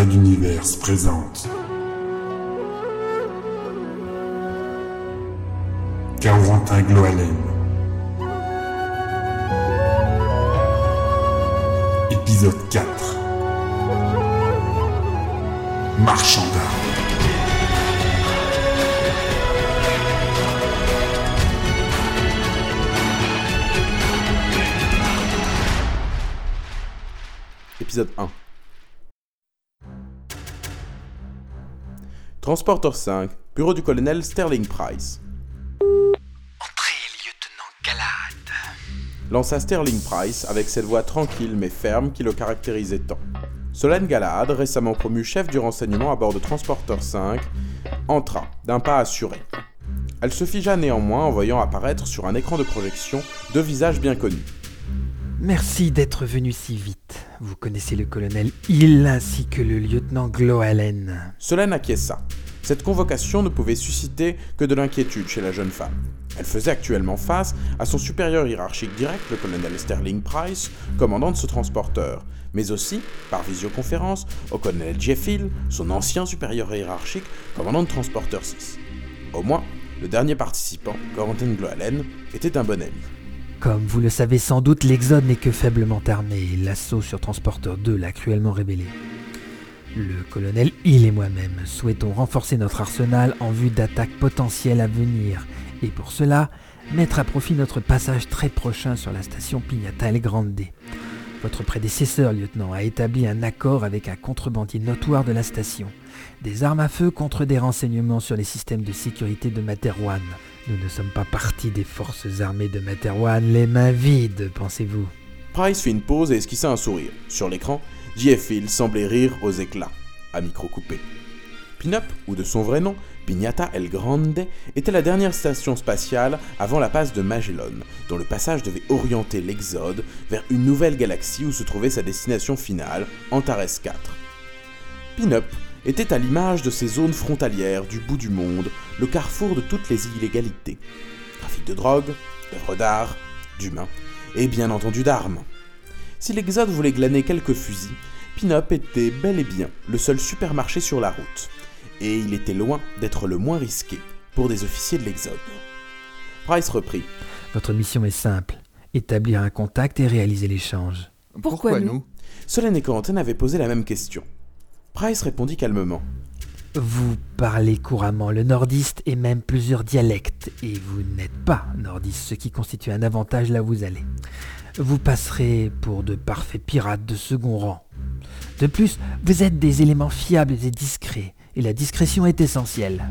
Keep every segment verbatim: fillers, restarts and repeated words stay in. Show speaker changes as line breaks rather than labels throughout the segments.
Red Universe présente Corentin Gloalen. Épisode quatre. Marchand d'armes.
Épisode un. Transporteur cinq, bureau du colonel Sterling Price.
Entrez, lieutenant Galahad.
Lança Sterling Price avec cette voix tranquille mais ferme qui le caractérisait tant. Solène Galahad, récemment promue chef du renseignement à bord de Transporteur cinq, entra, d'un pas assuré. Elle se figea néanmoins en voyant apparaître sur un écran de projection deux visages bien connus.
Merci d'être venu si vite. Vous connaissez le colonel Hill ainsi que le lieutenant Gloalen.
Solène acquiesça. Cette convocation ne pouvait susciter que de l'inquiétude chez la jeune femme. Elle faisait actuellement face à son supérieur hiérarchique direct, le colonel Sterling Price, commandant de ce transporteur, mais aussi, par visioconférence, au colonel Jeff Hill, son ancien supérieur hiérarchique, commandant de transporteur six. Au moins, le dernier participant, Corentin Gloalen, était un bon ami.
Comme vous le savez sans doute, l'Exode n'est que faiblement armé. L'assaut sur Transporteur deux l'a cruellement révélé. Le colonel Hill et moi-même souhaitons renforcer notre arsenal en vue d'attaques potentielles à venir, et pour cela, mettre à profit notre passage très prochain sur la station Pignata El Grande. Votre prédécesseur, lieutenant, a établi un accord avec un contrebandier notoire de la station. Des armes à feu contre des renseignements sur les systèmes de sécurité de Materwan. Nous ne sommes pas partis des forces armées de Materwan, les mains vides, pensez-vous.
Price fit une pause et esquissa un sourire. Sur l'écran, J F Hill semblait rire aux éclats, à micro coupé. Pinup, ou de son vrai nom, Pignata El Grande, était la dernière station spatiale avant la passe de Magellan, dont le passage devait orienter l'Exode vers une nouvelle galaxie où se trouvait sa destination finale, Antares quatre. Pinup était à l'image de ces zones frontalières du bout du monde, le carrefour de toutes les illégalités. Trafic de drogue, d'œuvres d'art, d'humains, et bien entendu d'armes. Si l'Exode voulait glaner quelques fusils, Pinup était bel et bien le seul supermarché sur la route. Et il était loin d'être le moins risqué pour des officiers de l'Exode. Price reprit.
Votre mission est simple, établir un contact et réaliser l'échange.
Pourquoi, Pourquoi nous
Solène et Corentin avaient posé la même question. Price répondit calmement.
Vous parlez couramment le nordiste et même plusieurs dialectes, et vous n'êtes pas nordiste, ce qui constitue un avantage là où vous allez. Vous passerez pour de parfaits pirates de second rang. De plus, vous êtes des éléments fiables et discrets, et la discrétion est essentielle.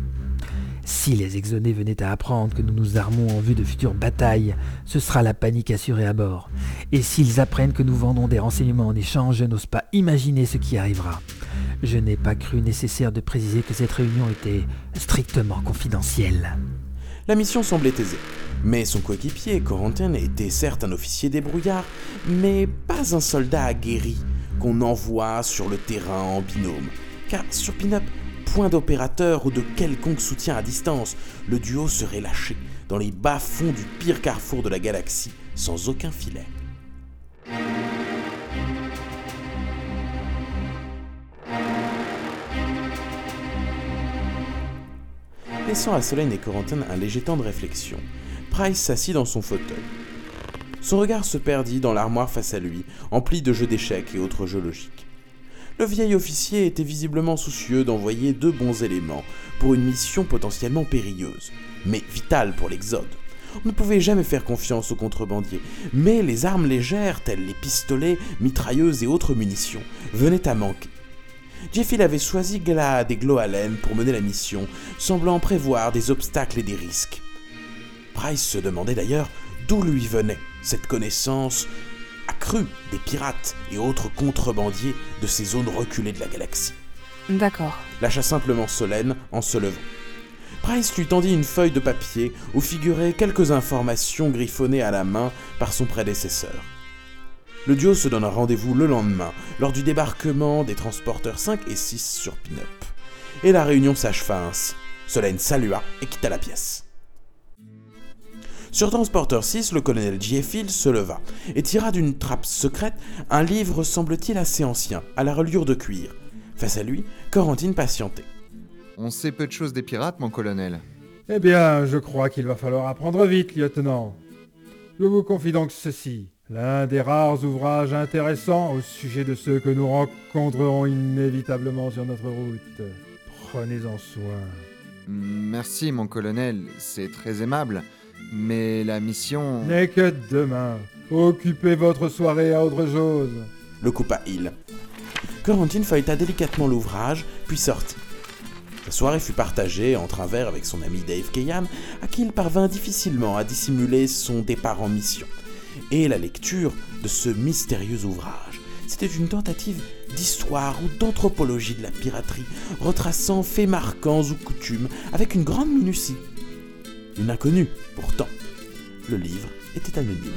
Si les exonés venaient à apprendre que nous nous armons en vue de futures batailles, ce sera la panique assurée à bord. Et s'ils apprennent que nous vendons des renseignements en échange, je n'ose pas imaginer ce qui arrivera. Je n'ai pas cru nécessaire de préciser que cette réunion était strictement confidentielle.
La mission semblait aisée, mais son coéquipier, Corentin, était certes un officier débrouillard, mais pas un soldat aguerri qu'on envoie sur le terrain en binôme. Car sur Pinup, point d'opérateur ou de quelconque soutien à distance, le duo serait lâché dans les bas-fonds du pire carrefour de la galaxie, sans aucun filet. Laissant à Solène et Corentin un léger temps de réflexion, Price s'assit dans son fauteuil. Son regard se perdit dans l'armoire face à lui, emplie de jeux d'échecs et autres jeux logiques. Le vieil officier était visiblement soucieux d'envoyer deux bons éléments pour une mission potentiellement périlleuse, mais vitale pour l'Exode. On ne pouvait jamais faire confiance aux contrebandiers, mais les armes légères telles les pistolets, mitrailleuses et autres munitions venaient à manquer. Jeff Hill avait choisi Galahad et Gloalen pour mener la mission, semblant prévoir des obstacles et des risques. Price se demandait d'ailleurs d'où lui venait cette connaissance accrue des pirates et autres contrebandiers de ces zones reculées de la galaxie.
D'accord.
Lâcha simplement Solène en se levant. Price lui tendit une feuille de papier où figuraient quelques informations griffonnées à la main par son prédécesseur. Le duo se donna rendez-vous le lendemain, lors du débarquement des transporteurs cinq et six sur Pinup. Et la réunion s'acheva ainsi. Solène salua et quitta la pièce. Sur Transporteur six, le colonel J F Hill se leva et tira d'une trappe secrète un livre semble-t-il assez ancien, à la reliure de cuir. Face à lui, Corentine patientait.
On sait peu de choses des pirates, mon colonel.
Eh bien, je crois qu'il va falloir apprendre vite, lieutenant. Je vous confie donc ceci. L'un des rares ouvrages intéressants au sujet de ceux que nous rencontrerons inévitablement sur notre route. Prenez-en soin.
Merci, mon colonel, c'est très aimable. Mais la mission...
N'est que demain. Occupez votre soirée à autre chose.
Le coupa il. Corentine feuilleta délicatement l'ouvrage, puis sortit. La soirée fut partagée entre un verre avec son ami Dave Keyan, à qui il parvint difficilement à dissimuler son départ en mission, et la lecture de ce mystérieux ouvrage. C'était une tentative d'histoire ou d'anthropologie de la piraterie, retraçant faits marquants ou coutumes avec une grande minutie. Une inconnue, pourtant. Le livre était anonyme.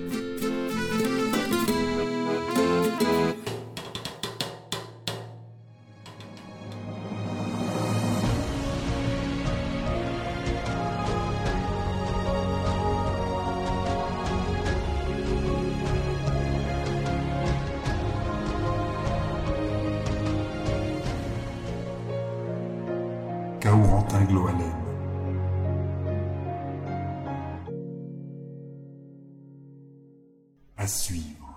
Caourantin Gloalen. À suivre.